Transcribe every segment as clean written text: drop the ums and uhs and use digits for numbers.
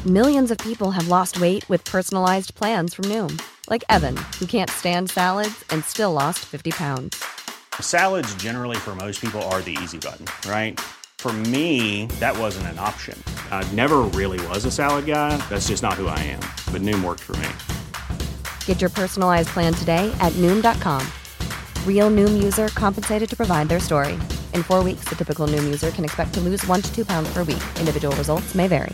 Millions of people have lost weight with personalized plans from Noom. Like Evan, who can't stand salads and still lost 50 pounds. Salads generally for most people are the easy button, right? For me, that wasn't an option. I never really was a salad guy. That's just not who I am. But Noom worked for me. Get your personalized plan today at Noom.com. Real Noom user compensated to provide their story. In 4 weeks, the typical Noom user can expect to lose 1 to 2 pounds per week. Individual results may vary.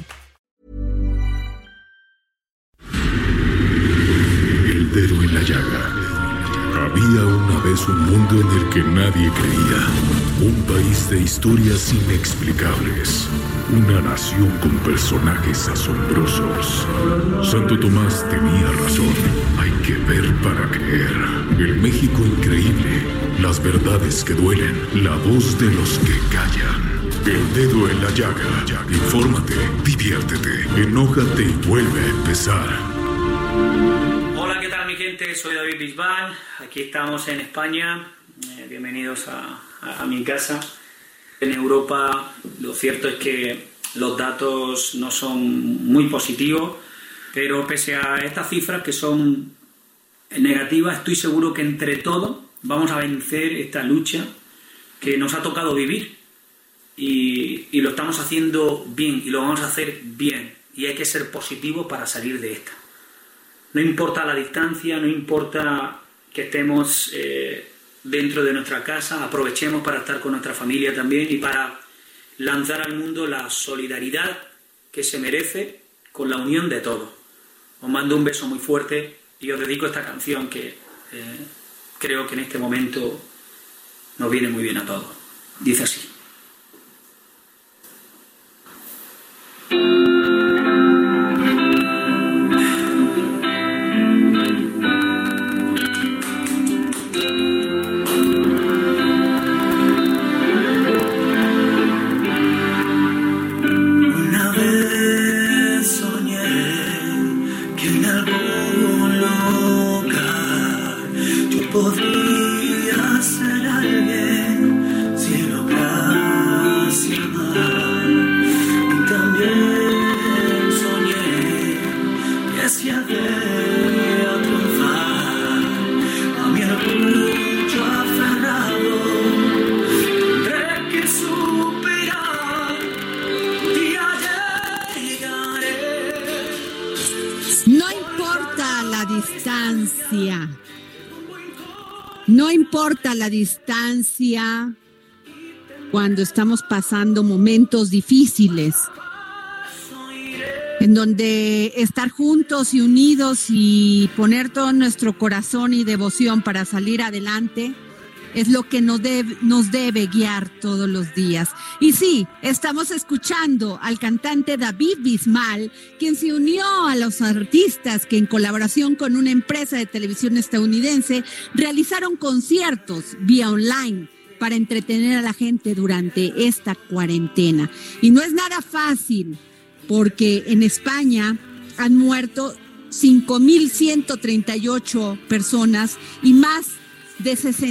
El dedo en la llaga. Había una vez un mundo en el que nadie creía. Un país de historias inexplicables. Una nación con personajes asombrosos. Santo Tomás tenía razón. Hay que ver para creer. El México increíble. Las verdades que duelen. La voz de los que callan. El dedo en la llaga. Infórmate, diviértete, enójate y vuelve a empezar. Hola, ¿qué tal mi gente? Soy David Bisbal. Aquí estamos en España. Bienvenidos a mi casa. En Europa lo cierto es que los datos no son muy positivos, pero pese a estas cifras que son negativas, estoy seguro que entre todos vamos a vencer esta lucha que nos ha tocado vivir y lo estamos haciendo bien y lo vamos a hacer bien y hay que ser positivos para salir de esta. No importa la distancia, no importa que estemos dentro de nuestra casa, aprovechemos para estar con nuestra familia también y para lanzar al mundo la solidaridad que se merece con la unión de todos. Os mando un beso muy fuerte y os dedico esta canción que creo que en este momento nos viene muy bien a todos. Dice así. Podría ser alguien si logras amar. Y también soñé que si había triunfar a mi orgullo aferrado, tendré que superar. Un día llegaré. No importa la distancia. No importa la distancia cuando estamos pasando momentos difíciles, en donde estar juntos y unidos y poner todo nuestro corazón y devoción para salir adelante es lo que nos debe guiar todos los días. Y sí, estamos escuchando al cantante David Bisbal, quien se unió a los artistas que en colaboración con una empresa de televisión estadounidense realizaron conciertos vía online para entretener a la gente durante esta cuarentena. Y no es nada fácil, porque en España han muerto 5,138 personas y más de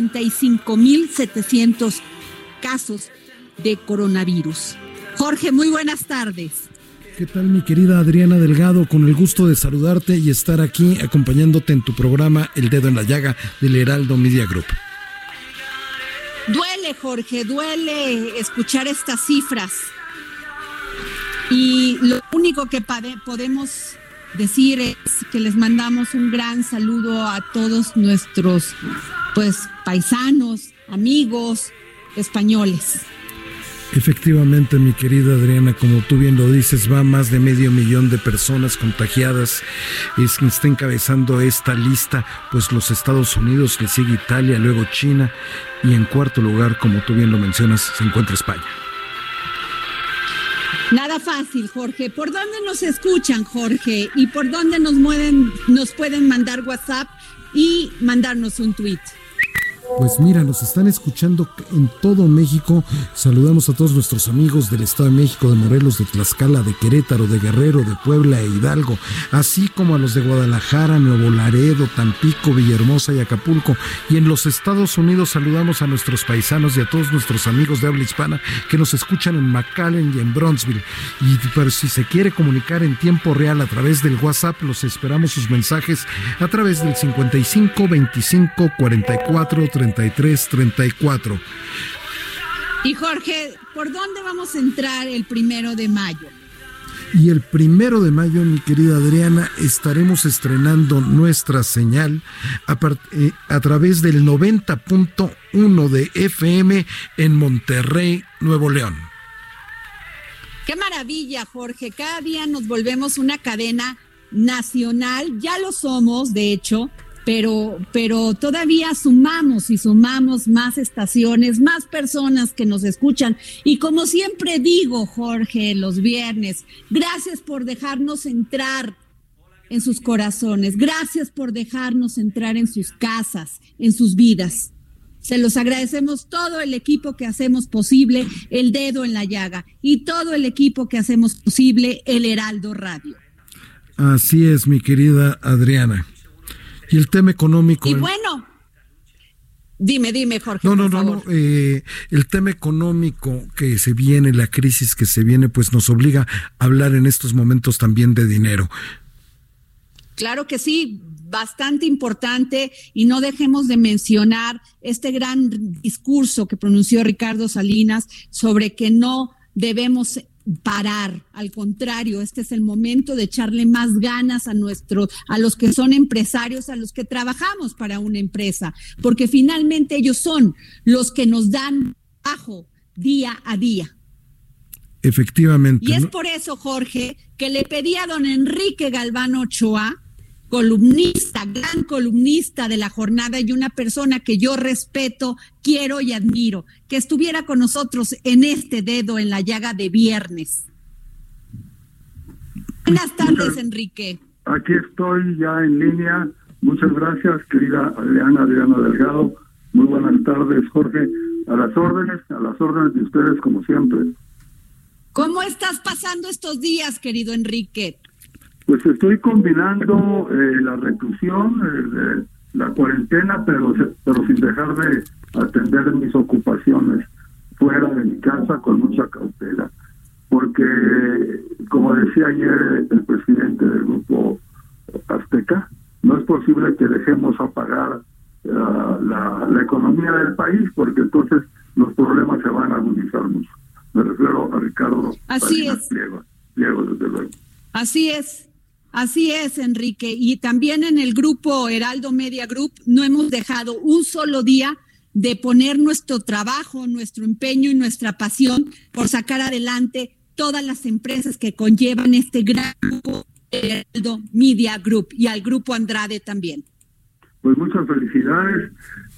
65,700 casos de coronavirus. Jorge, muy buenas tardes. ¿Qué tal, mi querida Adriana Delgado? Con el gusto de saludarte y estar aquí acompañándote en tu programa El Dedo en la Llaga del Heraldo Media Group. Duele, Jorge, duele escuchar estas cifras. Y lo único que podemos decir es que les mandamos un gran saludo a todos nuestros paisanos, amigos españoles. Efectivamente, mi querida Adriana, como tú bien lo dices, va más de 500,000 de personas contagiadas. Es quien está encabezando esta lista, pues los Estados Unidos, le sigue Italia, luego China, y en cuarto lugar, como tú bien lo mencionas, se encuentra España. Nada fácil, Jorge. ¿Por dónde nos escuchan, Jorge? ¿Y por dónde nos pueden mandar WhatsApp y mandarnos un tweet? Pues mira, nos están escuchando en todo México. Saludamos a todos nuestros amigos del Estado de México, de Morelos, de Tlaxcala, de Querétaro, de Guerrero, de Puebla e Hidalgo, así como a los de Guadalajara, Nuevo Laredo, Tampico, Villahermosa y Acapulco. Y en los Estados Unidos saludamos a nuestros paisanos y a todos nuestros amigos de habla hispana que nos escuchan en McAllen y en Bronzeville. Y pero si se quiere comunicar en tiempo real a través del WhatsApp, los esperamos sus mensajes a través del 55 25 44 33 34. Y Jorge, ¿por dónde vamos a entrar el 1 de mayo? Y el 1 de mayo, mi querida Adriana, estaremos estrenando nuestra señal a través del 90.1 de FM en Monterrey, Nuevo León. ¡Qué maravilla, Jorge! Cada día nos volvemos una cadena nacional, ya lo somos, de hecho, pero todavía sumamos más estaciones, más personas que nos escuchan. Y como siempre digo, Jorge, los viernes, gracias por dejarnos entrar en sus corazones, gracias por dejarnos entrar en sus casas, en sus vidas. Se los agradecemos todo el equipo que hacemos posible El Dedo en la Llaga y todo el equipo que hacemos posible El Heraldo Radio. Así es, mi querida Adriana. Y el tema económico. Y bueno, dime, Jorge. No. El tema económico que se viene, la crisis que se viene, pues nos obliga a hablar en estos momentos también de dinero. Claro que sí, bastante importante, y no dejemos de mencionar este gran discurso que pronunció Ricardo Salinas sobre que no debemos parar, al contrario, este es el momento de echarle más ganas a los que son empresarios, a los que trabajamos para una empresa, porque finalmente ellos son los que nos dan trabajo día a día. Efectivamente. Y es por eso, Jorge, que le pedí a don Enrique Galván Ochoa, gran columnista de La Jornada y una persona que yo respeto, quiero y admiro, que estuviera con nosotros en este Dedo en la Llaga de viernes. Buenas tardes, Enrique. Aquí estoy ya en línea. Muchas gracias, querida Adriana Delgado. Muy buenas tardes, Jorge. A las órdenes de ustedes, como siempre. ¿Cómo estás pasando estos días, querido Enrique? Pues estoy combinando la reclusión, la cuarentena, pero sin dejar de atender mis ocupaciones fuera de mi casa con mucha cautela. Porque, como decía ayer el presidente del Grupo Azteca, no es posible que dejemos apagar la economía del país, porque entonces los problemas se van a agudizar mucho. Me refiero a Ricardo Salinas Pliego, desde luego. Así es, Enrique. Y también en el grupo Heraldo Media Group no hemos dejado un solo día de poner nuestro trabajo, nuestro empeño y nuestra pasión por sacar adelante todas las empresas que conllevan este gran grupo Heraldo Media Group, y al grupo Andrade también. Pues muchas felicidades.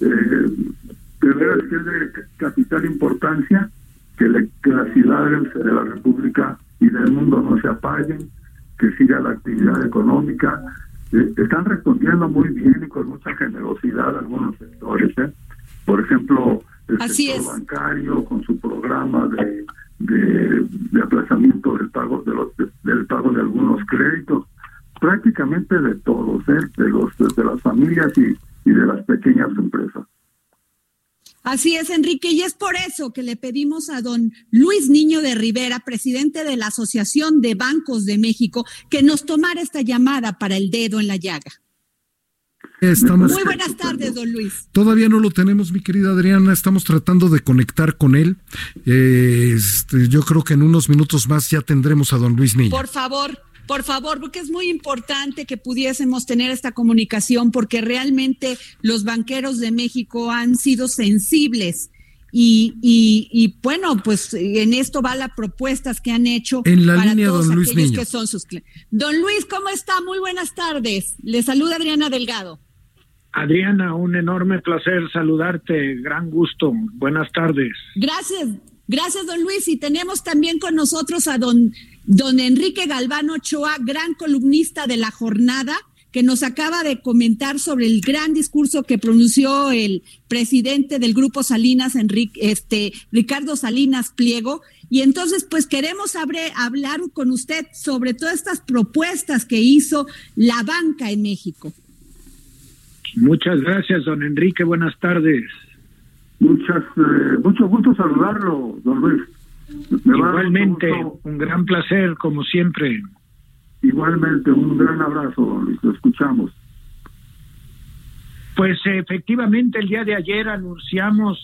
De veras que es de capital importancia que las ciudades de la República y del mundo no se apaguen, que siga la actividad económica. Están respondiendo muy bien y con mucha generosidad algunos sectores. Por ejemplo, el sector bancario con su programa de aplazamiento del pago de algunos créditos, prácticamente de todos, de las familias y de las pequeñas empresas. Así es, Enrique, y es por eso que le pedimos a don Luis Niño de Rivera, presidente de la Asociación de Bancos de México, que nos tomara esta llamada para El Dedo en la Llaga. Muy buenas tardes, don Luis. Todavía no lo tenemos, mi querida Adriana, estamos tratando de conectar con él. Yo creo que en unos minutos más ya tendremos a don Luis Niño. Por favor, porque es muy importante que pudiésemos tener esta comunicación, porque realmente los banqueros de México han sido sensibles y bueno, pues en esto va las propuestas que han hecho en la para línea, todos don Luis aquellos Niño. Que son sus clientes. Don Luis, ¿cómo está? Muy buenas tardes. Le saluda Adriana Delgado. Adriana, un enorme placer saludarte, gran gusto. Buenas tardes. Gracias, don Luis. Y tenemos también con nosotros a don Enrique Galván Ochoa, gran columnista de La Jornada, que nos acaba de comentar sobre el gran discurso que pronunció el presidente del Grupo Salinas, Ricardo Salinas Pliego. Y entonces, pues queremos hablar con usted sobre todas estas propuestas que hizo la banca en México. Muchas gracias, don Enrique. Buenas tardes. Mucho gusto saludarlo, don Luis. Igualmente, un gran placer, como siempre. Igualmente, un gran abrazo, don Luis. Lo escuchamos. Pues efectivamente, el día de ayer anunciamos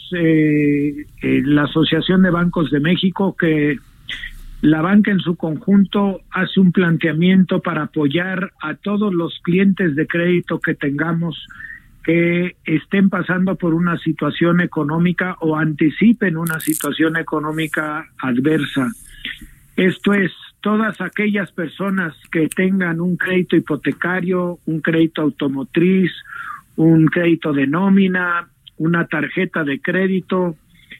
la Asociación de Bancos de México que la banca en su conjunto hace un planteamiento para apoyar a todos los clientes de crédito que tengamos que estén pasando por una situación económica o anticipen una situación económica adversa. Esto es, todas aquellas personas que tengan un crédito hipotecario, un crédito automotriz, un crédito de nómina, una tarjeta de crédito,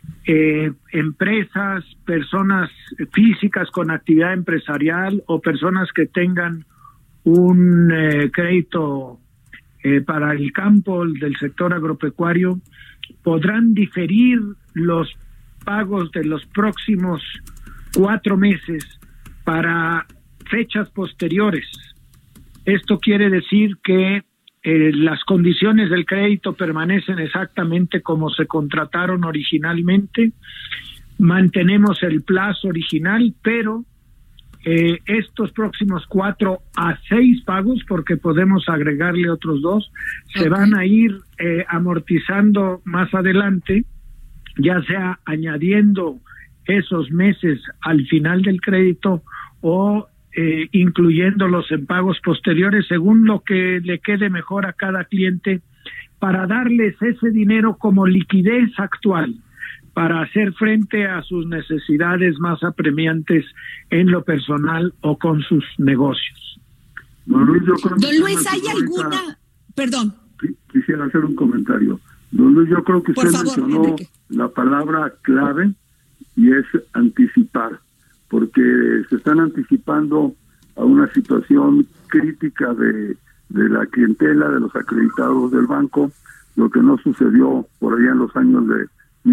empresas, personas físicas con actividad empresarial o personas que tengan un crédito para el campo del sector agropecuario, podrán diferir los pagos de los próximos 4 meses para fechas posteriores. Esto quiere decir que las condiciones del crédito permanecen exactamente como se contrataron originalmente, mantenemos el plazo original, pero estos próximos 4 a 6 pagos, porque podemos agregarle otros 2, se van a ir amortizando más adelante, ya sea añadiendo esos meses al final del crédito o incluyéndolos en pagos posteriores según lo que le quede mejor a cada cliente, para darles ese dinero como liquidez actual para hacer frente a sus necesidades más apremiantes en lo personal o con sus negocios. Don Luis, yo creo Don Luis, ¿hay alguna? Perdón. Quisiera hacer un comentario. Don Luis, yo creo que usted mencionó Enrique. La palabra clave y es anticipar, porque se están anticipando a una situación crítica de la clientela, de los acreditados del banco, lo que no sucedió por allá en los años de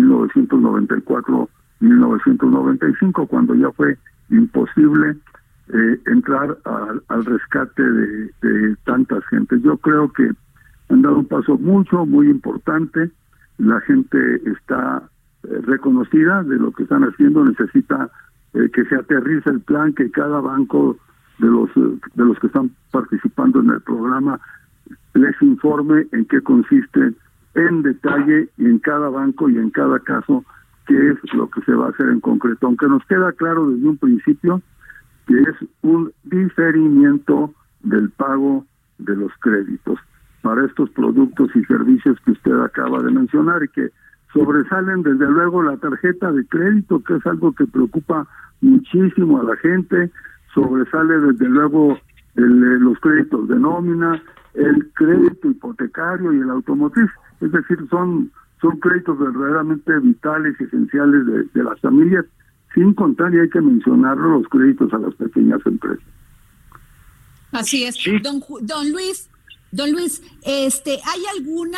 1994-1995, cuando ya fue imposible entrar al rescate de tantas gentes. Yo creo que han dado un paso muy importante. La gente está reconocida de lo que están haciendo, necesita que se aterrice el plan, que cada banco de los que están participando en el programa les informe en qué consiste en detalle y en cada banco y en cada caso qué es lo que se va a hacer en concreto, aunque nos queda claro desde un principio que es un diferimiento del pago de los créditos para estos productos y servicios que usted acaba de mencionar y que sobresalen desde luego la tarjeta de crédito, que es algo que preocupa muchísimo a la gente, sobresale desde luego los créditos de nómina, el crédito hipotecario y el automotriz, es decir, son créditos verdaderamente vitales y esenciales de las familias, sin contar, y hay que mencionarlo, los créditos a las pequeñas empresas. Así es. Sí. Don Luis, ¿hay alguna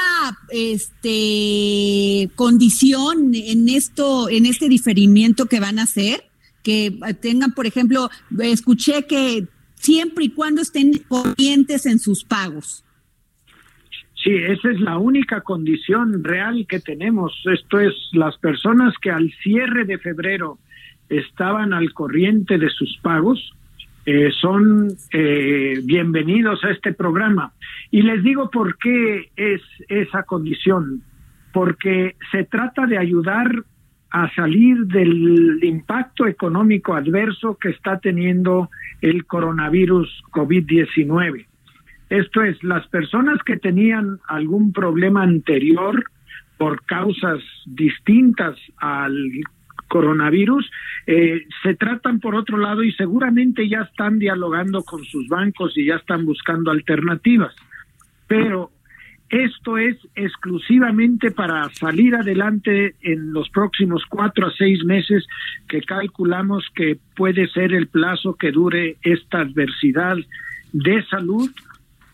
condición en este diferimiento que van a hacer? Que tengan, por ejemplo, escuché que siempre y cuando estén corrientes en sus pagos. Sí, esa es la única condición real que tenemos. Esto es, las personas que al cierre de febrero estaban al corriente de sus pagos, son bienvenidos a este programa. Y les digo por qué es esa condición. Porque se trata de ayudar a salir del impacto económico adverso que está teniendo el coronavirus COVID-19. Esto es, las personas que tenían algún problema anterior por causas distintas al coronavirus, se tratan por otro lado y seguramente ya están dialogando con sus bancos y ya están buscando alternativas. Pero esto es exclusivamente para salir adelante en los próximos 4 a 6 meses que calculamos que puede ser el plazo que dure esta adversidad de salud.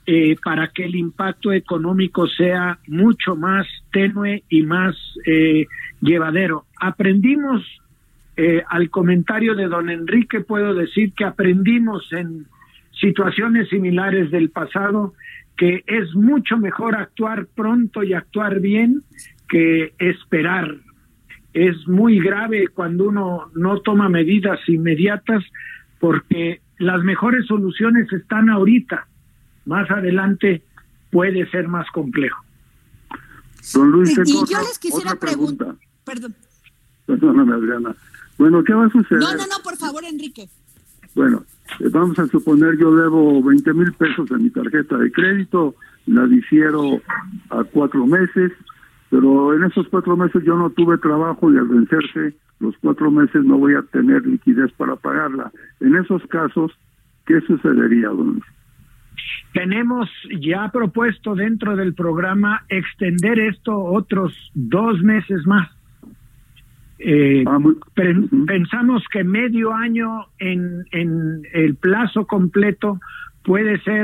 para que el impacto económico sea mucho más tenue y más llevadero. Aprendimos, al comentario de don Enrique puedo decir que aprendimos en situaciones similares del pasado que es mucho mejor actuar pronto y actuar bien que esperar. Es muy grave cuando uno no toma medidas inmediatas, porque las mejores soluciones están ahorita. Más adelante puede ser más complejo. Don Luis, y yo les quisiera preguntar. Perdóname, Adriana. Bueno, ¿qué va a suceder? No, por favor, Enrique. Bueno, vamos a suponer, yo debo 20,000 pesos en mi tarjeta de crédito, la difiero a 4 meses, pero en esos 4 meses yo no tuve trabajo y al vencerse los 4 meses no voy a tener liquidez para pagarla. En esos casos, ¿qué sucedería, don Luis? Tenemos ya propuesto dentro del programa extender esto otros 2 meses más. Pensamos que medio año en el plazo completo puede ser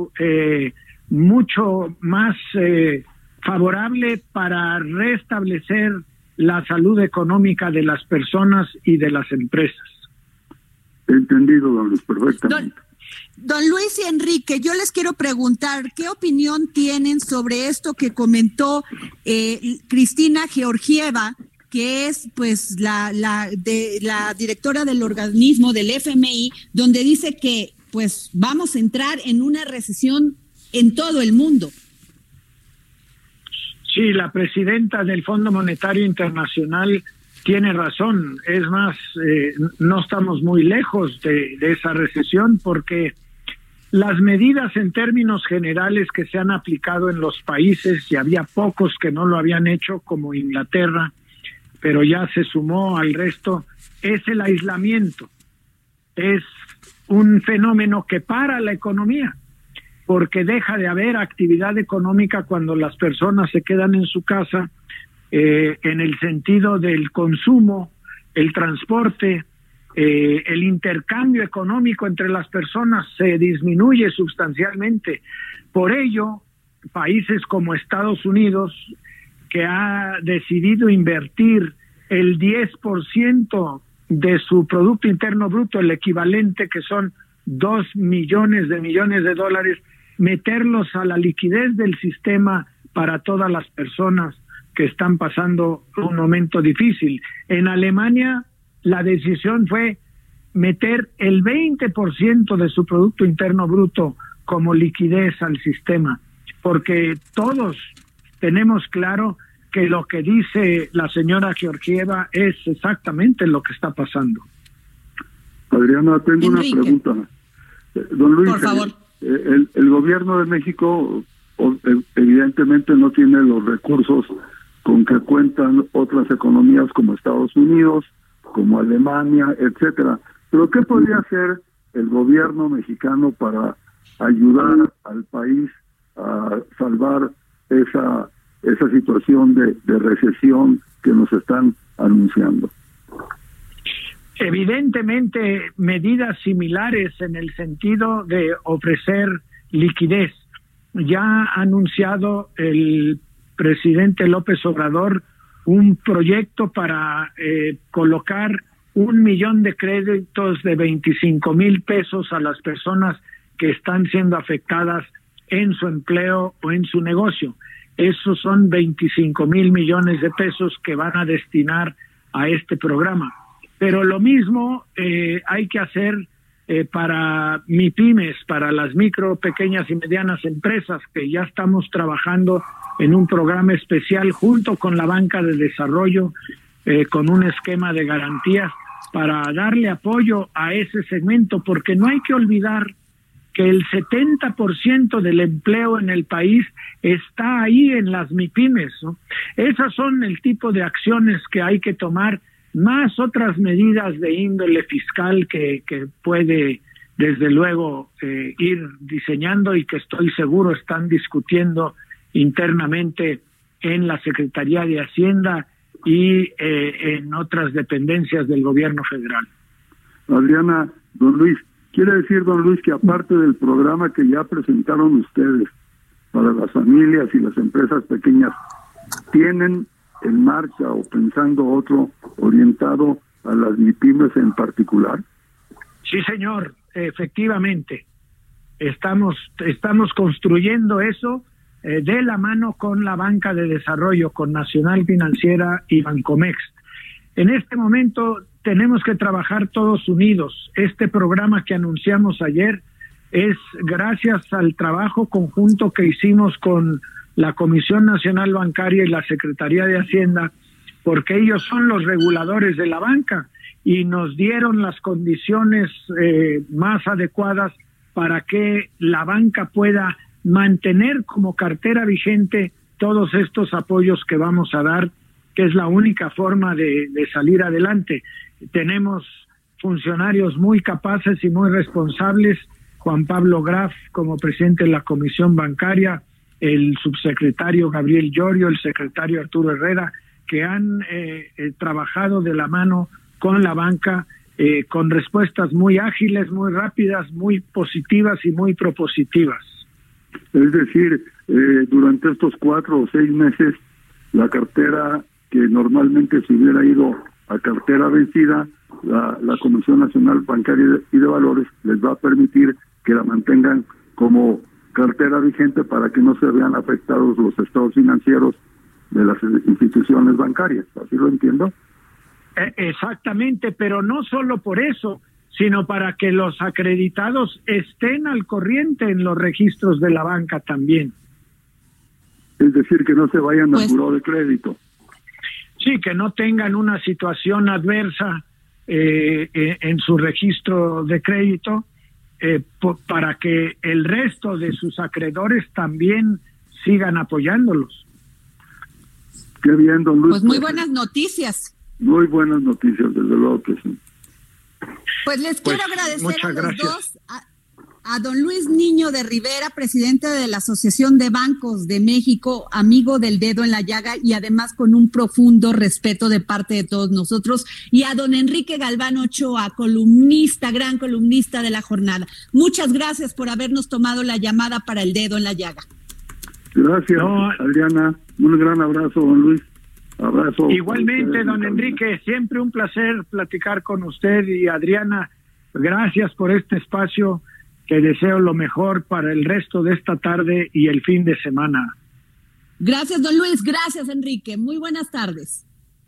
mucho más favorable para restablecer la salud económica de las personas y de las empresas. Entendido, don Luis, perfectamente. Don Luis y Enrique, yo les quiero preguntar, ¿qué opinión tienen sobre esto que comentó Cristina Georgieva, que es pues la directora del organismo del FMI, donde dice que pues vamos a entrar en una recesión en todo el mundo? Sí, la presidenta del Fondo Monetario Internacional tiene razón. Es más, no estamos muy lejos de esa recesión, porque las medidas en términos generales que se han aplicado en los países, y había pocos que no lo habían hecho, como Inglaterra, pero ya se sumó al resto, es el aislamiento. Es un fenómeno que para la economía, porque deja de haber actividad económica cuando las personas se quedan en su casa, en el sentido del consumo, el transporte, el intercambio económico entre las personas se disminuye sustancialmente. Por ello, países como Estados Unidos, que ha decidido invertir el 10% de su Producto Interno Bruto, el equivalente que son 2 millones de dólares, meterlos a la liquidez del sistema para todas las personas que están pasando un momento difícil. En Alemania la decisión fue meter el 20% de su Producto Interno Bruto como liquidez al sistema, porque todos tenemos claro que lo que dice la señora Georgieva es exactamente lo que está pasando. Adriana, tengo Enrique, una pregunta. Don Luis, por favor. El gobierno de México evidentemente no tiene los recursos con que cuentan otras economías como Estados Unidos, como Alemania, etcétera. Pero ¿qué podría hacer el gobierno mexicano para ayudar al país a salvar esa situación de recesión que nos están anunciando? Evidentemente, medidas similares en el sentido de ofrecer liquidez. Ya ha anunciado el presidente López Obrador un proyecto para colocar 1 millón de créditos de 25,000 pesos a las personas que están siendo afectadas en su empleo o en su negocio. Esos son 25,000 millones de pesos que van a destinar a este programa. Pero lo mismo hay que hacer para MIPYMES, para las micro, pequeñas y medianas empresas, que ya estamos trabajando en un programa especial junto con la banca de desarrollo, con un esquema de garantías para darle apoyo a ese segmento, porque no hay que olvidar que el 70% del empleo en el país está ahí en las MIPYMES, ¿no? Esas son el tipo de acciones que hay que tomar, más otras medidas de índole fiscal que puede desde luego ir diseñando y que estoy seguro están discutiendo internamente en la Secretaría de Hacienda y en otras dependencias del gobierno federal. Adriana, don Luis, Quiere decir, don Luis, que aparte del programa que ya presentaron ustedes para las familias y las empresas pequeñas, ¿tienen en marcha o pensando otro orientado a las MIPYMES en particular? Sí, señor, efectivamente. Estamos construyendo eso de la mano con la banca de desarrollo, con Nacional Financiera y Bancomext. En este momento tenemos que trabajar todos unidos. Este programa que anunciamos ayer es gracias al trabajo conjunto que hicimos con la Comisión Nacional Bancaria y la Secretaría de Hacienda, porque ellos son los reguladores de la banca y nos dieron las condiciones más adecuadas para que la banca pueda mantener como cartera vigente todos estos apoyos que vamos a dar, que es la única forma de salir adelante. Tenemos funcionarios muy capaces y muy responsables, Juan Pablo Graf como presidente de la Comisión Bancaria, el subsecretario Gabriel Llorio, el secretario Arturo Herrera, que han trabajado de la mano con la banca con respuestas muy ágiles, muy rápidas, muy positivas y muy propositivas. Es decir, durante estos 4 o 6 meses, la cartera que normalmente se hubiera ido a cartera vencida, la Comisión Nacional Bancaria y de Valores les va a permitir que la mantengan como cartera vigente para que no se vean afectados los estados financieros de las instituciones bancarias. ¿Así lo entiendo? Exactamente, pero no solo por eso, sino para que los acreditados estén al corriente en los registros de la banca también. Es decir, que no se vayan al buró de crédito. Sí, que no tengan una situación adversa en su registro de crédito, para que el resto de sus acreedores también sigan apoyándolos. Qué bien, don Luis. Pues muy buenas noticias. Muy buenas noticias, desde luego que sí. Pues les quiero agradecer a los dos, a don Luis Niño de Rivera, presidente de la Asociación de Bancos de México, amigo del dedo en la llaga y además con un profundo respeto de parte de todos nosotros, y a don Enrique Galván Ochoa, columnista, gran columnista de La Jornada. Muchas gracias por habernos tomado la llamada para el dedo en la llaga. Gracias, Adriana. Un gran abrazo, don Luis. Abrazo. Igualmente, don Enrique, siempre un placer platicar con usted y Adriana. Gracias por este espacio, que deseo lo mejor para el resto de esta tarde y el fin de semana. Gracias, don Luis. Gracias, Enrique. Muy buenas tardes.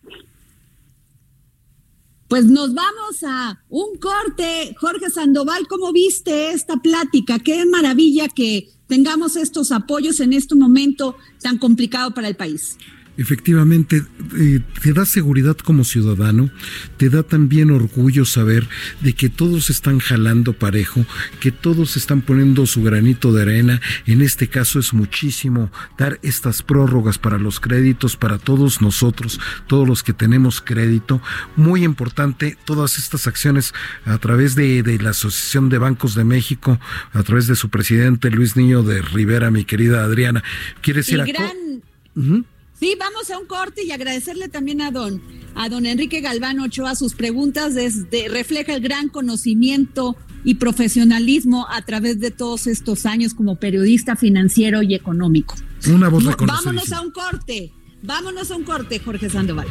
Pues nos vamos a un corte. Jorge Sandoval, ¿cómo viste esta plática? Qué maravilla que tengamos estos apoyos en este momento tan complicado para el país. Efectivamente, te da seguridad como ciudadano, te da también orgullo saber de que todos están jalando parejo, que todos están poniendo su granito de arena. En este caso es muchísimo dar estas prórrogas para los créditos, para todos nosotros, todos los que tenemos crédito. Muy importante todas estas acciones a través de la Asociación de Bancos de México, a través de su presidente Luis Niño de Rivera, mi querida Adriana. ¿Quieres ir a... Sí, vamos a un corte y agradecerle también a don Enrique Galván Ochoa sus preguntas. Refleja el gran conocimiento y profesionalismo a través de todos estos años como periodista financiero y económico. Una voz reconocida. Vámonos a un corte, Jorge Sandoval.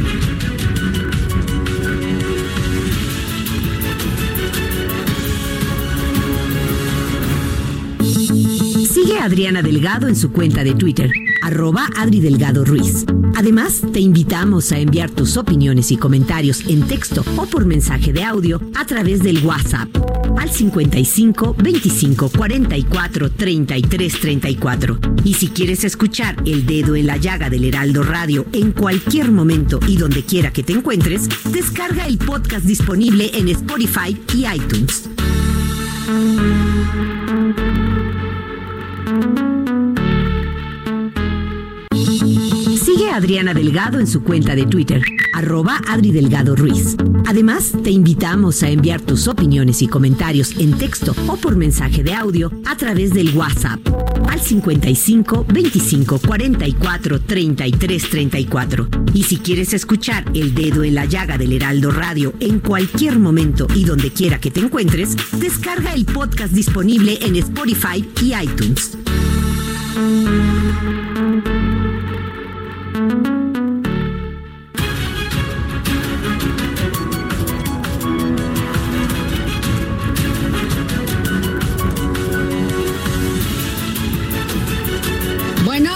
Sigue a Adriana Delgado en su cuenta de Twitter, @AdriDelgadoRuiz. Además, te invitamos a enviar tus opiniones y comentarios en texto o por mensaje de audio a través del WhatsApp al 55 25 44 33 34. Y si quieres escuchar El Dedo en la Llaga del Heraldo Radio en cualquier momento y donde quiera que te encuentres, descarga el podcast disponible en Spotify y iTunes. Sigue a Adriana Delgado en su cuenta de Twitter, @AdriDelgadoRuiz. Además, te invitamos a enviar tus opiniones y comentarios en texto o por mensaje de audio a través del WhatsApp al 55 25 44 33 34. Y si quieres escuchar El Dedo en la Llaga del Heraldo Radio en cualquier momento y donde quiera que te encuentres, descarga el podcast disponible en Spotify y iTunes. Bueno,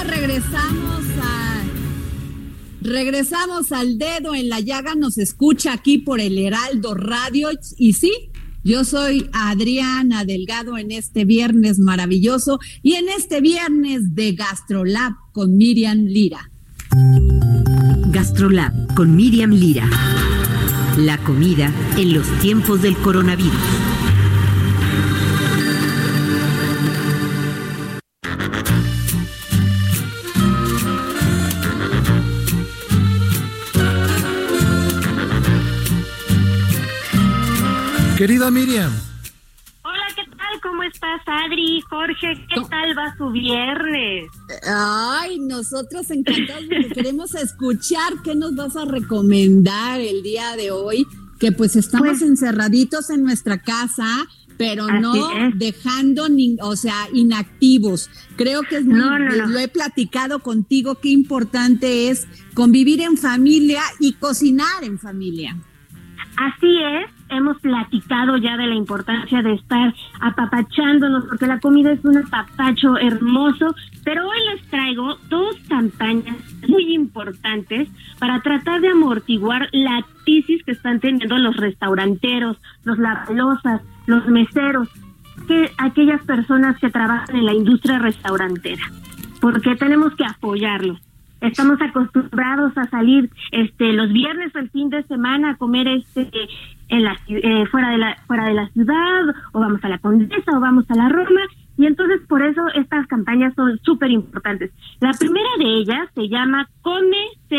regresamos al Dedo en la Llaga. Nos escucha aquí por el Heraldo Radio. Y sí, yo soy Adriana Delgado en este viernes maravilloso y en este viernes de GastroLab con Miriam Lira. GastroLab con Miriam Lira. La comida en los tiempos del coronavirus. Querida Miriam. Hola, ¿qué tal? ¿Cómo estás, Adri? Jorge, ¿qué tal va su viernes? Ay, nosotros encantados porque queremos escuchar qué nos vas a recomendar el día de hoy, que pues estamos encerraditos en nuestra casa, pero no dejando, inactivos. Creo que es lo he platicado contigo, qué importante es convivir en familia y cocinar en familia. Así es, hemos platicado ya de la importancia de estar apapachándonos, porque la comida es un apapacho hermoso, pero hoy les traigo 2 campañas muy importantes para tratar de amortiguar la crisis que están teniendo los restauranteros, los lavalosas, los meseros, aquellas personas que trabajan en la industria restaurantera, porque tenemos que apoyarlos. Estamos acostumbrados a salir los viernes o el fin de semana a comer fuera de la ciudad, o vamos a la Condesa o vamos a la Roma, y entonces por eso estas campañas son súper importantes. La primera de ellas se llama Come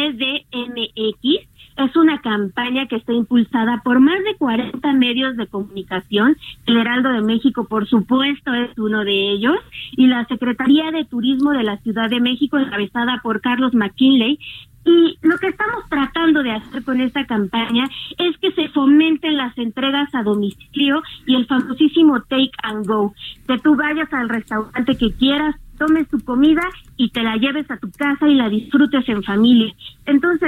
CDMX. Es una campaña que está impulsada por más de 40 medios de comunicación. El Heraldo de México, por supuesto, es uno de ellos, y la Secretaría de Turismo de la Ciudad de México, encabezada por Carlos McKinley. Y lo que estamos tratando de hacer con esta campaña es que se fomenten las entregas a domicilio y el famosísimo take and go, que tú vayas al restaurante que quieras, tomes tu comida y te la lleves a tu casa y la disfrutes en familia. Entonces,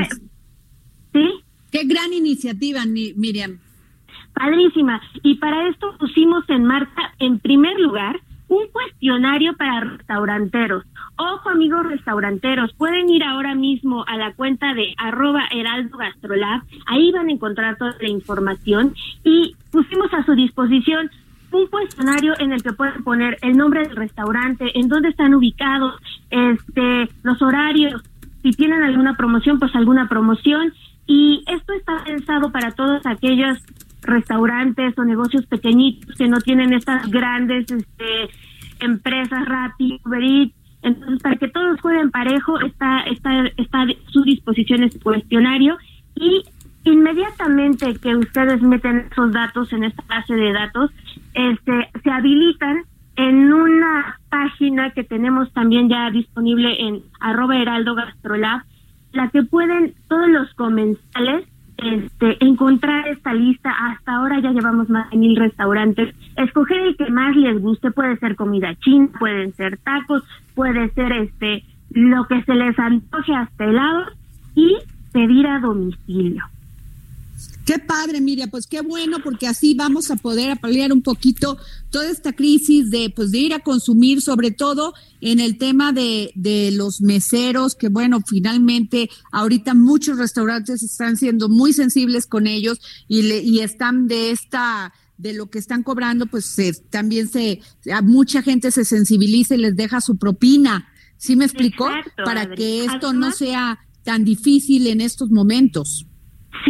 ¿sí? Qué gran iniciativa, Miriam. Padrísima. Y para esto pusimos en marcha, en primer lugar, un cuestionario para restauranteros. Ojo, amigos restauranteros, pueden ir ahora mismo a la cuenta de @HeraldoGastrolab. Ahí van a encontrar toda la información, y pusimos a su disposición un cuestionario en el que pueden poner el nombre del restaurante, en dónde están ubicados, los horarios, si tienen alguna promoción, pues alguna promoción. Y esto está pensado para todos aquellos restaurantes o negocios pequeñitos que no tienen estas grandes empresas Rappi, Uber Eats. Entonces, para que todos jueguen parejo, está a su disposición este cuestionario, y inmediatamente que ustedes meten esos datos en esta base de datos, se habilitan en una página que tenemos también ya disponible en @HeraldoGastrolab, la que pueden todos los comensales encontrar esta lista. Hasta ahora ya llevamos más de 1000 restaurantes. Escoger el que más les guste, puede ser comida china, pueden ser tacos, puede ser lo que se les antoje, hasta helados, y pedir a domicilio. Qué padre, Miriam, pues qué bueno, porque así vamos a poder paliar un poquito toda esta crisis de ir a consumir, sobre todo en el tema de los meseros, que bueno, finalmente ahorita muchos restaurantes están siendo muy sensibles con ellos, y están de lo que están cobrando, pues también a mucha gente se sensibiliza y les deja su propina. ¿Sí me explicó? Exacto, para Adri. que esto no sea tan difícil en estos momentos. Sí,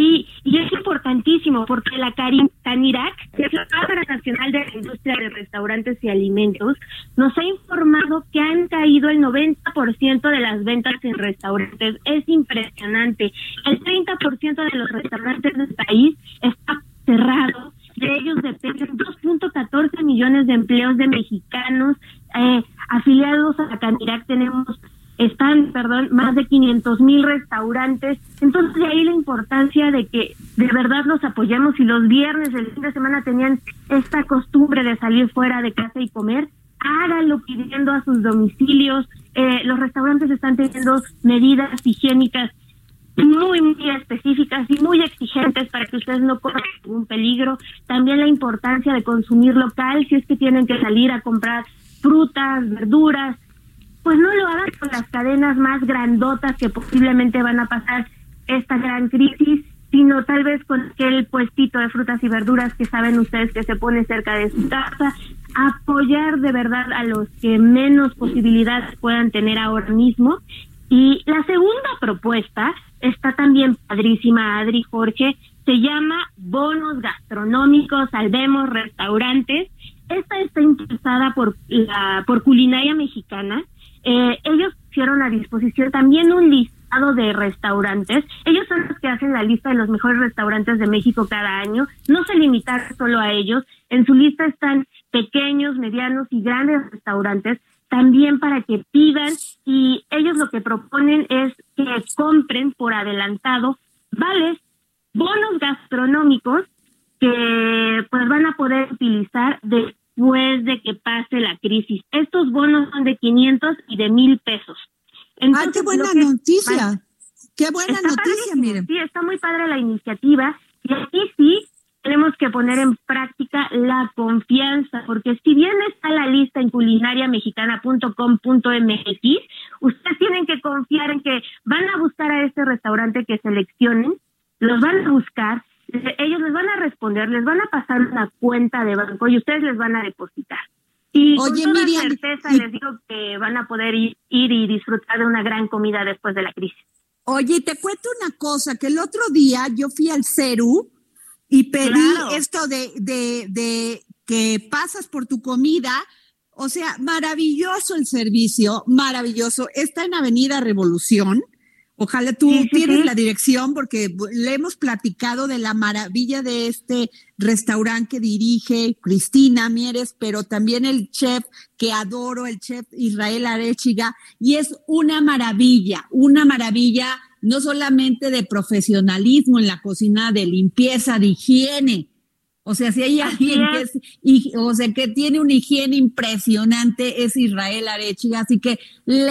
Y es importantísimo porque la Canirac, que es la Cámara Nacional de la Industria de Restaurantes y Alimentos, nos ha informado que han caído el 90% de las ventas en restaurantes. Es impresionante. El 30% de los restaurantes del país está cerrado. De ellos dependen 2.14 millones de empleos de mexicanos afiliados a la Canirac. Están más de 500,000 restaurantes. Entonces, de ahí la importancia de que de verdad los apoyemos. Y los viernes del fin de semana tenían esta costumbre de salir fuera de casa y comer, háganlo pidiendo a sus domicilios. Los restaurantes están teniendo medidas higiénicas muy, muy específicas y muy exigentes para que ustedes no corran ningún peligro. También la importancia de consumir local, si es que tienen que salir a comprar frutas, verduras, pues no lo hagan con las cadenas más grandotas que posiblemente van a pasar esta gran crisis, sino tal vez con aquel puestito de frutas y verduras que saben ustedes que se pone cerca de su casa. Apoyar de verdad a los que menos posibilidades puedan tener ahora mismo. Y la segunda propuesta está también padrísima, Adri, Jorge, se llama Bonos Gastronómicos, Salvemos Restaurantes. Esta está impulsada por Culinaria Mexicana. Ellos pusieron a disposición también un listado de restaurantes. Ellos son los que hacen la lista de los mejores restaurantes de México cada año. No se limitaron solo a ellos. En su lista están pequeños, medianos y grandes restaurantes, también para que pidan, y ellos lo que proponen es que compren por adelantado vales, bonos gastronómicos que pues van a poder utilizar después de que pase la crisis. Estos bonos son de 500 y de 1,000 pesos. Entonces, qué buena noticia. Qué buena noticia, miren. Sí, está muy padre la iniciativa, y aquí sí tenemos que poner en práctica la confianza, porque si bien está la lista en culinariamexicana.com.mx, ustedes tienen que confiar en que van a buscar a este restaurante que seleccionen, los van a buscar, ellos les van a responder, les van a pasar una cuenta de banco y ustedes les van a depositar. Y oye, con toda Miriam, certeza les digo que van a poder ir y disfrutar de una gran comida después de la crisis. Oye, te cuento una cosa, que el otro día yo fui al CERU y pedí esto de que pasas por tu comida. O sea, maravilloso el servicio, maravilloso. Está en Avenida Revolución. Ojalá tú tienes la dirección, porque le hemos platicado de la maravilla de este restaurante que dirige Cristina Mieres, pero también el chef que adoro, el chef Israel Arechiga, y es una maravilla no solamente de profesionalismo en la cocina, de limpieza, de higiene. O sea, si hay alguien que tiene una higiene impresionante, es Israel Arechiga. Así que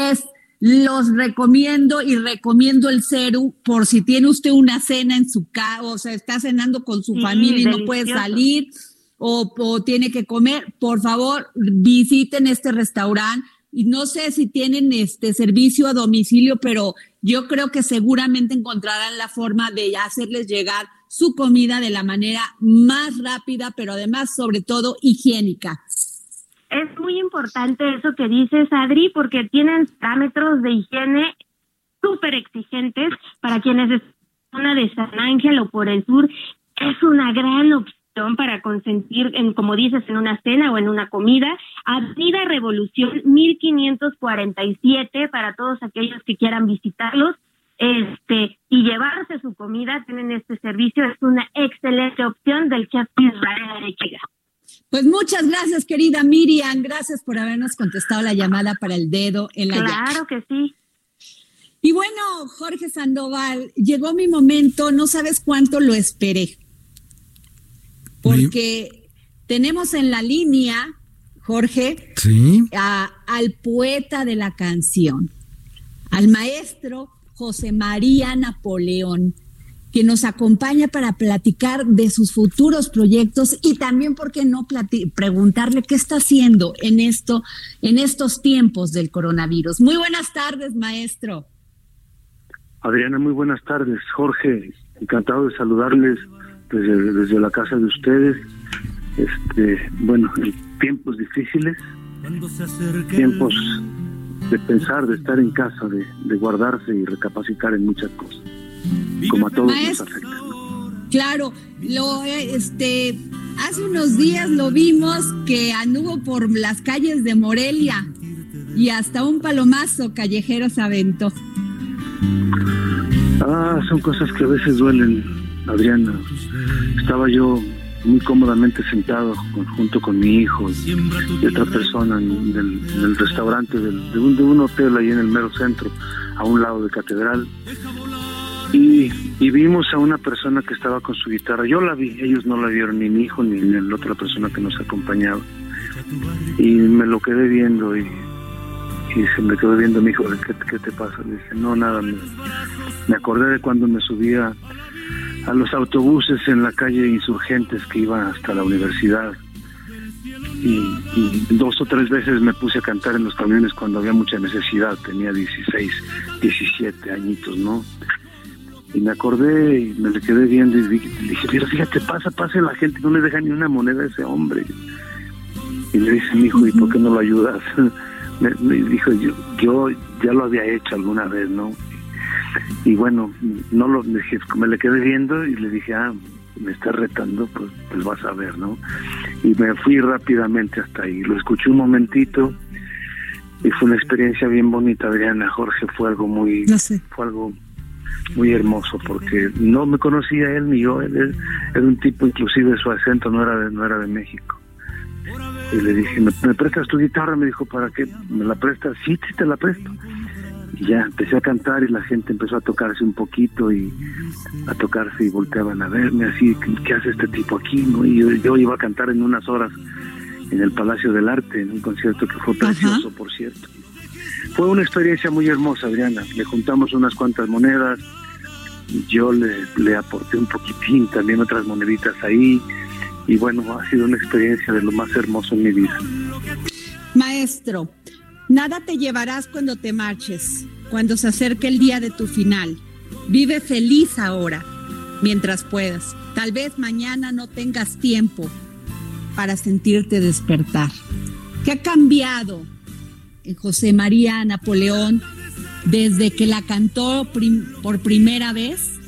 los recomiendo, y recomiendo el CERU por si tiene usted una cena en su casa, o sea, está cenando con su familia y no puede salir o tiene que comer. Por favor, visiten este restaurante. Y no sé si tienen servicio a domicilio, pero yo creo que seguramente encontrarán la forma de hacerles llegar su comida de la manera más rápida, pero además, sobre todo, higiénica. Es muy importante eso que dices, Adri, porque tienen parámetros de higiene súper exigentes para quienes están en la zona de San Ángel o por el sur. Es una gran opción para consentir, como dices, en una cena o en una comida. Avenida Revolución 1547 para todos aquellos que quieran visitarlos y llevarse su comida. Tienen este servicio, es una excelente opción del chef Israel Arechiga. Pues muchas gracias, querida Miriam, gracias por habernos contestado la llamada para el dedo en la llaga. Claro que sí. Y bueno, Jorge Sandoval, llegó mi momento, no sabes cuánto lo esperé, porque tenemos en la línea, Jorge, al poeta de la canción, al maestro José María Napoleón, que nos acompaña para platicar de sus futuros proyectos y también, ¿por qué no preguntarle qué está haciendo en estos tiempos del coronavirus? Muy buenas tardes, maestro. Adriana, muy buenas tardes. Jorge, encantado de saludarles desde la casa de ustedes. En tiempos difíciles, tiempos de pensar, de estar en casa, de guardarse y recapacitar en muchas cosas, como a todos nos afecta, ¿no? Claro, hace unos días lo vimos que anduvo por las calles de Morelia y hasta un palomazo callejero se aventó. Son cosas que a veces duelen, Adriana. Estaba yo muy cómodamente sentado junto con mi hijo y otra persona en el restaurante de un hotel ahí en el mero centro, a un lado de Catedral, y vimos a una persona que estaba con su guitarra. Yo la vi, ellos no la vieron, ni mi hijo ni la otra persona que nos acompañaba, y me lo quedé viendo y se me quedó viendo mi hijo. ¿Qué te pasa? Le dije, no, nada, me acordé de cuando me subía a los autobuses en la calle Insurgentes que iban hasta la universidad, y 2 o 3 veces me puse a cantar en los camiones cuando había mucha necesidad. Tenía 16, 17 añitos, ¿no? Y me acordé y me le quedé viendo y dije, mira, fíjate, pasa la gente, no le deja ni una moneda a ese hombre. Y le dice mi hijo, ¿y por qué no lo ayudas? Me dijo, yo ya lo había hecho alguna vez, ¿no? Y bueno, me le quedé viendo y le dije, me estás retando, pues vas a ver, ¿no? Y me fui rápidamente hasta ahí. Lo escuché un momentito y fue una experiencia bien bonita, Adriana. Jorge, fue algo muy hermoso, porque no me conocía él ni yo. Él era un tipo, inclusive su acento no era de México. Y le dije, ¿me prestas tu guitarra? Me dijo, ¿para qué? ¿Me la prestas? Sí, te la presto. Y ya empecé a cantar y la gente empezó a tocarse un poquito y volteaban a verme así, ¿qué hace este tipo aquí? ¿No? Y yo iba a cantar en unas horas en el Palacio del Arte, en un concierto que fue precioso, por cierto. Fue una experiencia muy hermosa, Adriana. Le juntamos unas cuantas monedas, yo le aporté un poquitín, también otras moneditas ahí, y bueno, ha sido una experiencia de lo más hermoso en mi vida. Maestro, nada te llevarás cuando te marches, cuando se acerque el día de tu final. Vive feliz ahora, mientras puedas. Tal vez mañana no tengas tiempo para sentirte despertar. ¿Qué ha cambiado en José María Napoleón desde que la cantó por primera vez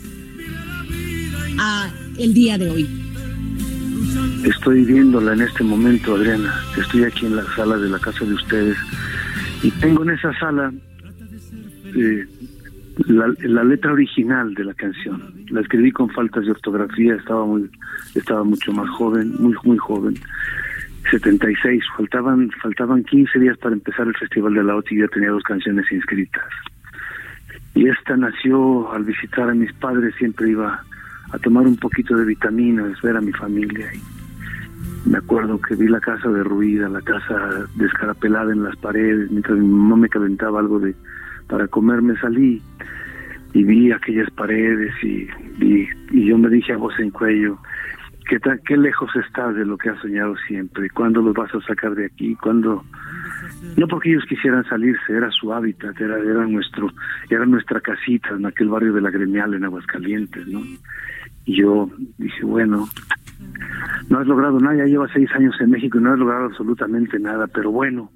a el día de hoy? Estoy viéndola en este momento, Adriana. Estoy aquí en la sala de la casa de ustedes y tengo en esa sala la letra original de la canción. La escribí con faltas de ortografía, estaba mucho más joven, muy joven. 76, faltaban 15 días para empezar el Festival de la OTI y ya tenía 2 canciones inscritas. Y esta nació al visitar a mis padres. Siempre iba a tomar un poquito de vitaminas, ver a mi familia, y me acuerdo que vi la casa derruida, la casa descarapelada en las paredes. Mientras mi mamá me calentaba algo para comer, me salí y vi aquellas paredes y yo me dije a voz en cuello, ¿qué lejos estás de lo que has soñado siempre? ¿Cuándo los vas a sacar de aquí? ¿Cuándo? No porque ellos quisieran salirse, era su hábitat, era nuestra casita en aquel barrio de la Gremial en Aguascalientes, ¿no? Y yo dije, bueno, no has logrado nada, ya llevas 6 años en México y no has logrado absolutamente nada, pero bueno,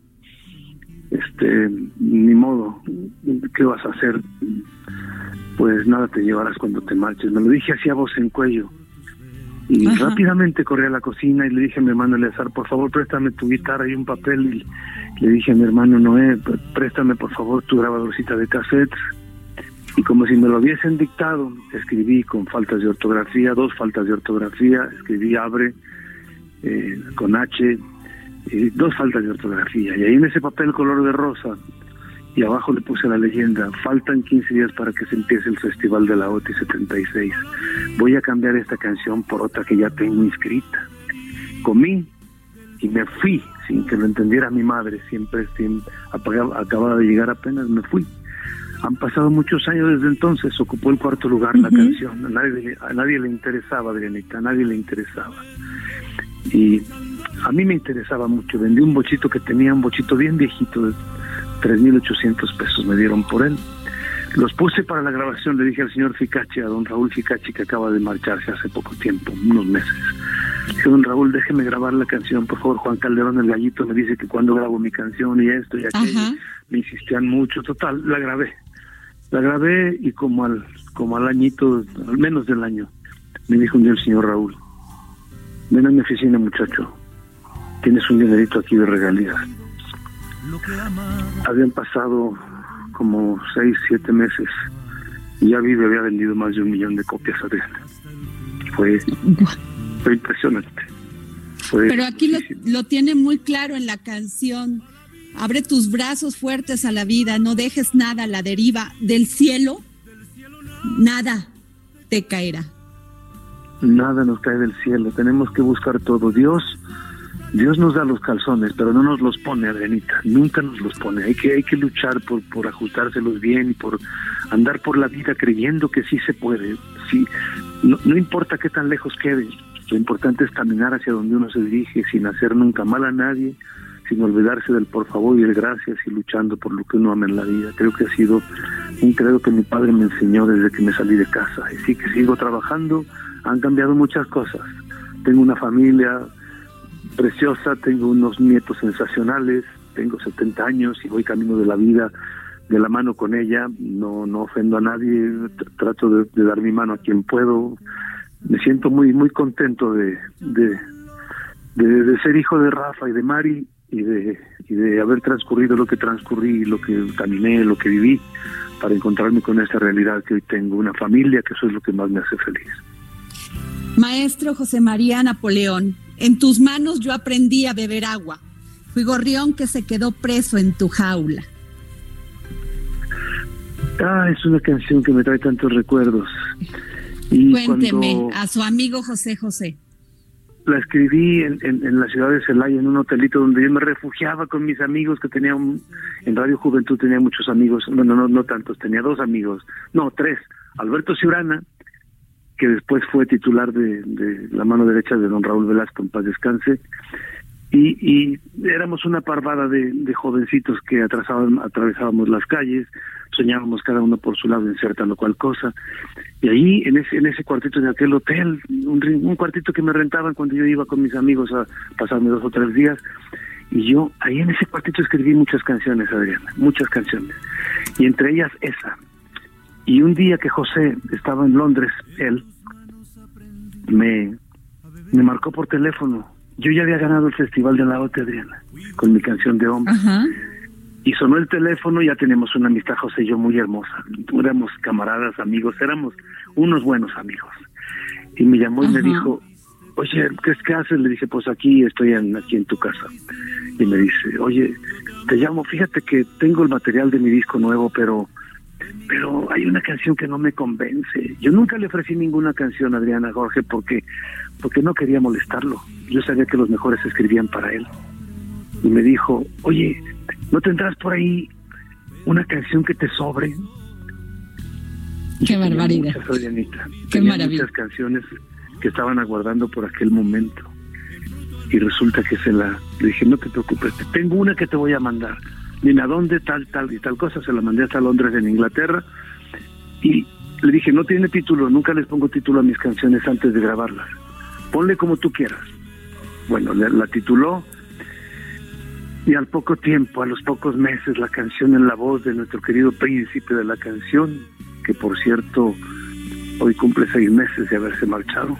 ni modo, ¿qué vas a hacer? Pues nada te llevarás cuando te marches. Me lo dije así a voz en cuello. Y rápidamente corrí a la cocina y le dije a mi hermano Eleazar, por favor, préstame tu guitarra y un papel. Y le dije a mi hermano Noé, préstame por favor tu grabadorcita de cassettes. Y como si me lo hubiesen dictado, escribí con faltas de ortografía, 2 faltas de ortografía, escribí abre con H, 2 faltas de ortografía. Y ahí en ese papel color de rosa, y abajo le puse la leyenda, faltan 15 días para que se empiece el Festival de la OTI 76. Voy a cambiar esta canción por otra que ya tengo inscrita. Comí y me fui, sin que lo entendiera mi madre, siempre acababa de llegar apenas, me fui. Han pasado muchos años desde entonces, ocupó el 4º lugar la canción. A nadie le interesaba, Adrianita, a nadie le interesaba. Y a mí me interesaba mucho. Vendí un bochito que tenía, un bochito bien viejito, de 3,800 pesos me dieron por él. Los puse para la grabación. Le dije al señor Ficachi, a don Raúl Ficachi, que acaba de marcharse hace poco tiempo, unos meses. Le dije, don Raúl, déjeme grabar la canción, por favor. Juan Calderón, el gallito, me dice que cuando grabo mi canción y esto y aquello. Me insistían mucho. Total, la grabé y como al añito, al menos del año, Me dijo un día el señor Raúl: ven a mi oficina, muchacho, tienes un dinerito aquí de regalías. Habían pasado como 6, 7 meses y ya había vendido más de 1 millón de copias, Adriana. Fue impresionante. Pero aquí lo tiene muy claro en la canción: abre tus brazos fuertes a la vida, no dejes nada a la deriva, del cielo nada te caerá. Nada nos cae del cielo, tenemos que buscar todo. Dios nos da los calzones, pero no nos los pone, Adrianita, nunca nos los pone. Hay que luchar por ajustárselos bien y por andar por la vida creyendo que sí se puede. Sí, no importa qué tan lejos quede, lo importante es caminar hacia donde uno se dirige sin hacer nunca mal a nadie, sin olvidarse del por favor y el gracias, y luchando por lo que uno ama en la vida. Creo que ha sido un credo que mi padre me enseñó desde que me salí de casa, y sí que sigo trabajando. Han cambiado muchas cosas. Tengo una familia preciosa, tengo unos nietos sensacionales, tengo 70 años y voy camino de la vida de la mano con ella. No ofendo a nadie, trato de dar mi mano a quien puedo. Me siento muy muy contento de ser hijo de Rafa y de Mari, y de haber transcurrido lo que transcurrí, lo que caminé, lo que viví, para encontrarme con esta realidad que hoy tengo, una familia, que eso es lo que más me hace feliz. Maestro José María Napoleón, en tus manos yo aprendí a beber agua. Fui gorrión que se quedó preso en tu jaula. Es una canción que me trae tantos recuerdos. Y cuénteme, a su amigo José José. La escribí en la ciudad de Celaya, en un hotelito donde yo me refugiaba con mis amigos, que tenía en Radio Juventud tenía muchos amigos. Bueno, no tantos, tenía 2 amigos, no, 3. Alberto Ciurana, que después fue titular de la mano derecha de don Raúl Velasco, en paz descanse, y éramos una parvada de jovencitos que atravesábamos las calles, soñábamos cada uno por su lado insertando cual cosa, y ahí en ese cuartito de aquel hotel, un cuartito que me rentaban cuando yo iba con mis amigos a pasarme 2 o 3 días, y yo ahí en ese cuartito escribí muchas canciones, Adriana, muchas canciones, y entre ellas esa. Y un día que José estaba en Londres, él me marcó por teléfono. Yo ya había ganado el Festival de la OTE, Adriana, con mi canción de hombre. Ajá. Y sonó el teléfono, ya teníamos una amistad, José y yo, muy hermosa. Éramos camaradas, amigos, éramos unos buenos amigos. Y me llamó y me dijo: oye, ¿qué haces? Le dije: pues aquí estoy aquí en tu casa. Y me dice: oye, te llamo, fíjate que tengo el material de mi disco nuevo, pero hay una canción que no me convence. Yo nunca le ofrecí ninguna canción a Adriana, Jorge, porque no quería molestarlo. Yo sabía que los mejores escribían para él. Y me dijo: oye, ¿no tendrás por ahí una canción que te sobre? ¡Qué barbaridad! Muchas, Adrianita. ¡Qué maravilla! Muchas canciones que estaban aguardando por aquel momento. Y resulta que le dije: no te preocupes, tengo una que te voy a mandar. Dime a dónde, tal y tal cosa. Se la mandé hasta Londres, en Inglaterra, y le dije: no tiene título, nunca les pongo título a mis canciones antes de grabarlas, ponle como tú quieras. Bueno, la tituló, y al poco tiempo, a los pocos meses, la canción en la voz de nuestro querido príncipe de la canción, que por cierto hoy cumple 6 meses de haberse marchado.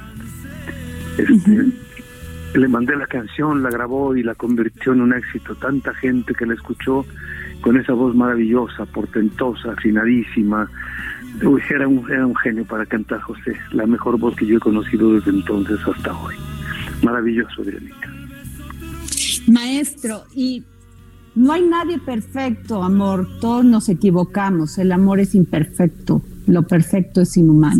Le mandé la canción, la grabó y la convirtió en un éxito. Tanta gente que la escuchó con esa voz maravillosa, portentosa, afinadísima. Uy, era un genio para cantar, José. La mejor voz que yo he conocido desde entonces hasta hoy. Maravilloso, Adrianita. Maestro, y no hay nadie perfecto, amor. Todos nos equivocamos. El amor es imperfecto. Lo perfecto es inhumano.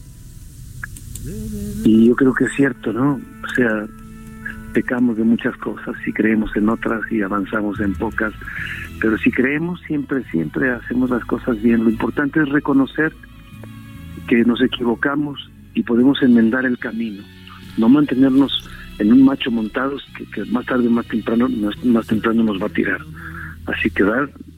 Y yo creo que es cierto, ¿no? O sea, pecamos de muchas cosas y creemos en otras y avanzamos en pocas, pero si creemos siempre hacemos las cosas bien. Lo importante es reconocer que nos equivocamos y podemos enmendar el camino, no mantenernos en un macho montados que más tarde o más temprano nos va a tirar. Así que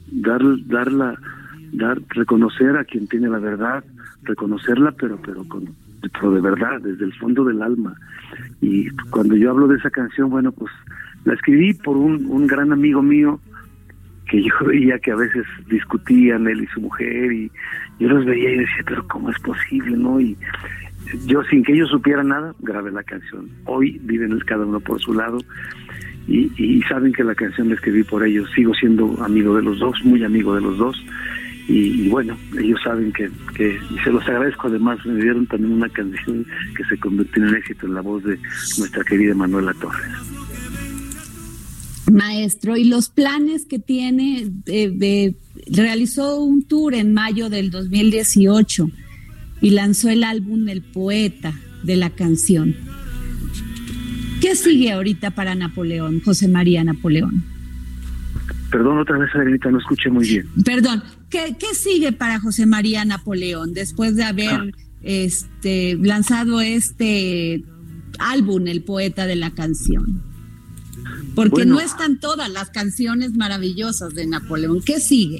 reconocer a quien tiene la verdad, reconocerla, pero de verdad, desde el fondo del alma. Y cuando yo hablo de esa canción, bueno, pues la escribí por un gran amigo mío, que yo veía que a veces discutían él y su mujer, y yo los veía y decía: pero ¿cómo es posible, no? Y yo, sin que ellos supieran nada, grabé la canción. Hoy viven cada uno por su lado y saben que la canción la escribí por ellos. Sigo siendo amigo de los dos, muy amigo de los dos. Y bueno, ellos saben que y se los agradezco. Además, me dieron también una canción que se convirtió en un éxito en la voz de nuestra querida Manuela Torres. Maestro, ¿y los planes que tiene? Realizó un tour en mayo del 2018 y lanzó el álbum El Poeta de la Canción. ¿Qué sigue ahorita para Napoleón, José María Napoleón? Perdón, otra vez, Adrianita, no escuché muy bien. Perdón, ¿qué sigue para José María Napoleón después de haber lanzado este álbum, El Poeta de la Canción? Porque no están todas las canciones maravillosas de Napoleón. ¿Qué sigue?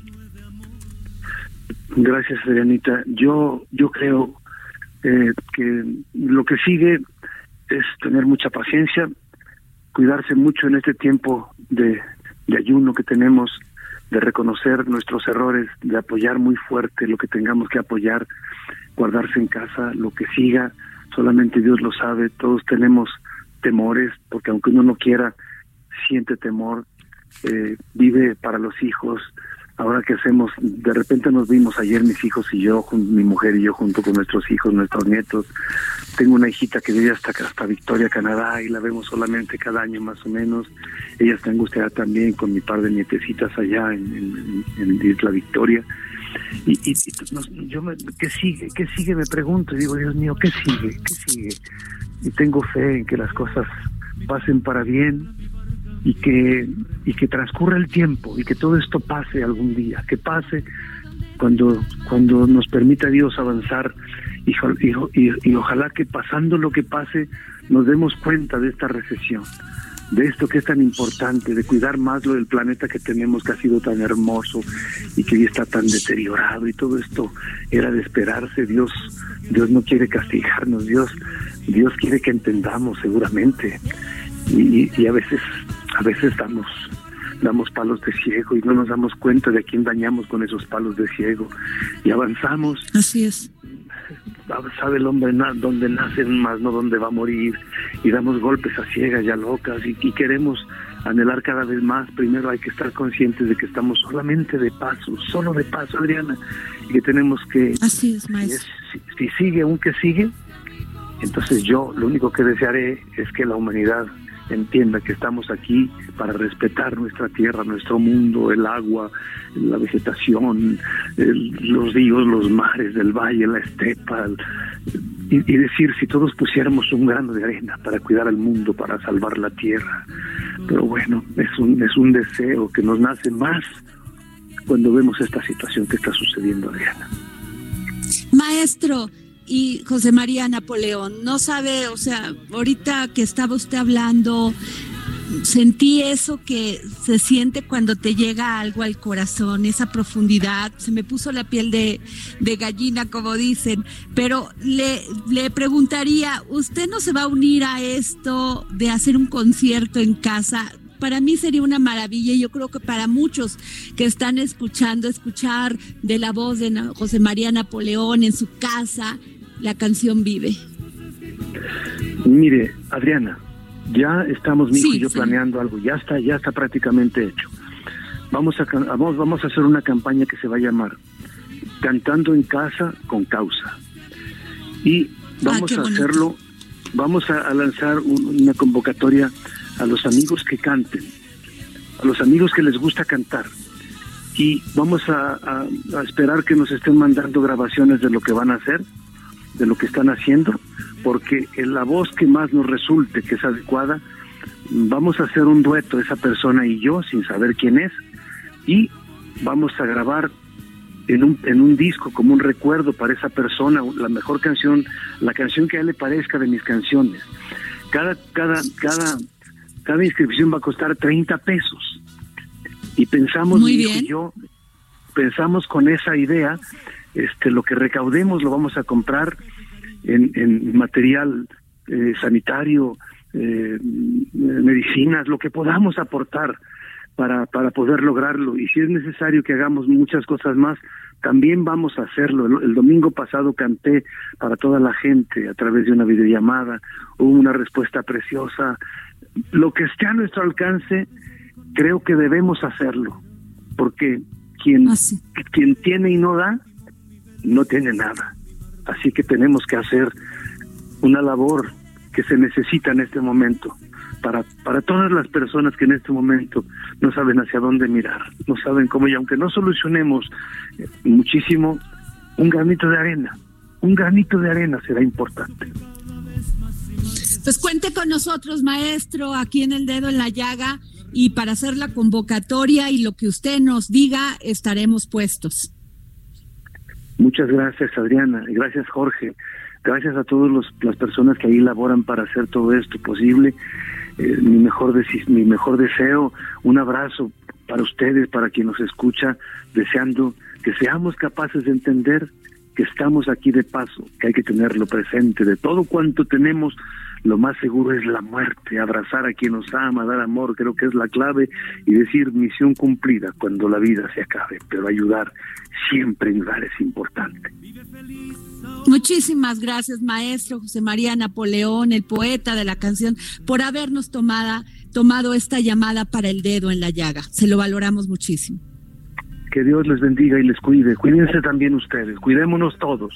Gracias, Adrianita. Yo creo que lo que sigue es tener mucha paciencia, cuidarse mucho en este tiempo de ayuno que tenemos, de reconocer nuestros errores, de apoyar muy fuerte lo que tengamos que apoyar, guardarse en casa, lo que siga, solamente Dios lo sabe. Todos tenemos temores, porque aunque uno no quiera, siente temor, vive para los hijos. Ahora que hacemos, de repente nos vimos ayer mis hijos y yo, mi mujer y yo, junto con nuestros hijos, nuestros nietos. Tengo una hijita que vive hasta Victoria, Canadá, y la vemos solamente cada año más o menos. Ella está angustiada también con mi par de nietecitas allá en Isla Victoria. ¿Qué sigue? ¿Qué sigue? Me pregunto, y digo, Dios mío, ¿qué sigue? ¿Qué sigue? Y tengo fe en que las cosas pasen para bien, y que transcurra el tiempo, y que todo esto pase algún día, que pase cuando nos permita Dios avanzar, y ojalá que pasando lo que pase nos demos cuenta de esta recesión, de esto que es tan importante, de cuidar más lo del planeta que tenemos, que ha sido tan hermoso y que hoy está tan deteriorado, y todo esto era de esperarse. Dios no quiere castigarnos, Dios quiere que entendamos seguramente, y a veces damos palos de ciego y no nos damos cuenta de a quién dañamos con esos palos de ciego, y avanzamos. Así es. Sabe el hombre dónde nace, más no dónde va a morir, y damos golpes a ciegas y a locas, y queremos anhelar cada vez más. Primero hay que estar conscientes de que estamos solamente de paso, solo de paso, Adriana, y que tenemos que... Así es, maestro. Si sigue, aunque sigue, entonces yo lo único que desearé es que la humanidad entienda que estamos aquí para respetar nuestra tierra, nuestro mundo, el agua, la vegetación, los ríos, los mares del valle, la estepa, y decir, si todos pusiéramos un grano de arena para cuidar al mundo, para salvar la tierra. Pero bueno, es un deseo que nos nace más cuando vemos esta situación que está sucediendo, Adriana. Maestro, y José María Napoleón, no sabe, o sea, ahorita que estaba usted hablando, sentí eso que se siente cuando te llega algo al corazón, esa profundidad, se me puso la piel de gallina, como dicen, pero le preguntaría, ¿usted no se va a unir a esto de hacer un concierto en casa? Para mí sería una maravilla, y yo creo que para muchos que están escuchar de la voz de José María Napoleón en su casa, la canción Vive. Mire, Adriana, ya estamos mi hijo y yo planeando algo, ya está prácticamente hecho. Vamos a hacer una campaña que se va a llamar Cantando en Casa con Causa, y vamos a lanzar una convocatoria a los amigos que canten, a los amigos que les gusta cantar, y vamos a esperar que nos estén mandando grabaciones de lo que van a hacer, de lo que están haciendo, porque en la voz que más nos resulte que es adecuada, vamos a hacer un dueto, esa persona y yo, sin saber quién es, y vamos a grabar en un disco como un recuerdo para esa persona, la mejor canción, la canción que a él le parezca de mis canciones. Cada inscripción va a costar 30 pesos. Y pensamos, mi hijo y yo, pensamos con esa idea, lo que recaudemos lo vamos a comprar en material sanitario, medicinas, lo que podamos aportar, para poder lograrlo. Y si es necesario que hagamos muchas cosas más, también vamos a hacerlo. El domingo pasado canté para toda la gente a través de una videollamada, hubo una respuesta preciosa. Lo que esté a nuestro alcance, creo que debemos hacerlo, porque quien tiene y no da, no tiene nada. Así que tenemos que hacer una labor que se necesita en este momento para todas las personas que en este momento no saben hacia dónde mirar, no saben cómo, y aunque no solucionemos muchísimo, un granito de arena será importante. Pues cuente con nosotros, maestro, aquí en El Dedo en la Llaga, y para hacer la convocatoria y lo que usted nos diga, estaremos puestos. Muchas gracias, Adriana, y gracias, Jorge. Gracias a todas las personas que ahí laboran para hacer todo esto posible. Mi mejor deseo, un abrazo para ustedes, para quien nos escucha, deseando que seamos capaces de entender que estamos aquí de paso, que hay que tenerlo presente. De todo cuanto tenemos, lo más seguro es la muerte. Abrazar a quien nos ama, dar amor, creo que es la clave, y decir misión cumplida cuando la vida se acabe, pero siempre ayudar es importante. Muchísimas gracias, maestro José María Napoleón, el poeta de la canción, por habernos tomado esta llamada para El Dedo en la Llaga. Se lo valoramos muchísimo. Que Dios les bendiga y les cuide. Cuídense también ustedes, cuidémonos todos.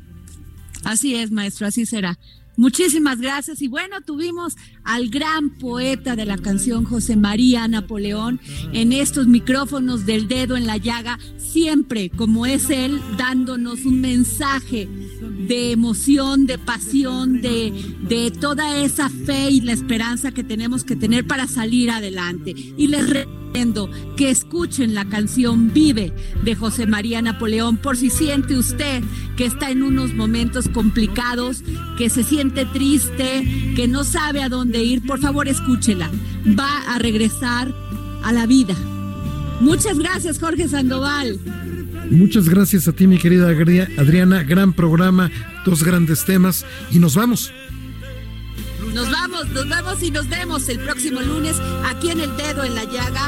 Así es, maestro, así será. Muchísimas gracias. Y bueno, tuvimos al gran poeta de la canción, José María Napoleón, en estos micrófonos del Dedo en la Llaga, siempre como es él, dándonos un mensaje de emoción, de pasión, de toda esa fe y la esperanza que tenemos que tener para salir adelante. Y les recomiendo que escuchen la canción Vive de José María Napoleón, por si siente usted que está en unos momentos complicados, que se siente triste, que no sabe a dónde ir. Por favor, escúchela. Va a regresar a la vida. Muchas gracias, Jorge Sandoval. Muchas gracias a ti, mi querida Adriana. Gran programa, 2 grandes temas, y nos vamos. Nos vamos y nos vemos el próximo lunes aquí en El Dedo en la Llaga.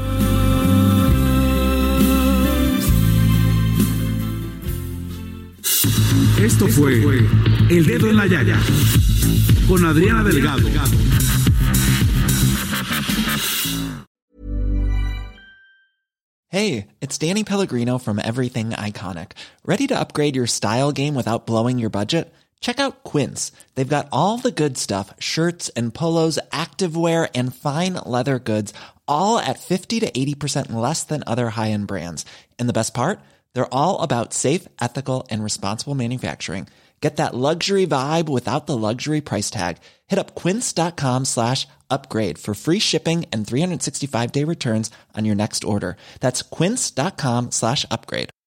Esto fue El Dedo en la Llaga con Adriana Delgado. Hey, it's Danny Pellegrino from Everything Iconic. Ready to upgrade your style game without blowing your budget? Check out Quince. They've got all the good stuff, shirts and polos, activewear, and fine leather goods, all at 50 to 80% less than other high-end brands. And the best part? They're all about safe, ethical, and responsible manufacturing. Get that luxury vibe without the luxury price tag. Hit up quince.com/upgrade for free shipping and 365-day returns on your next order. That's quince.com/upgrade.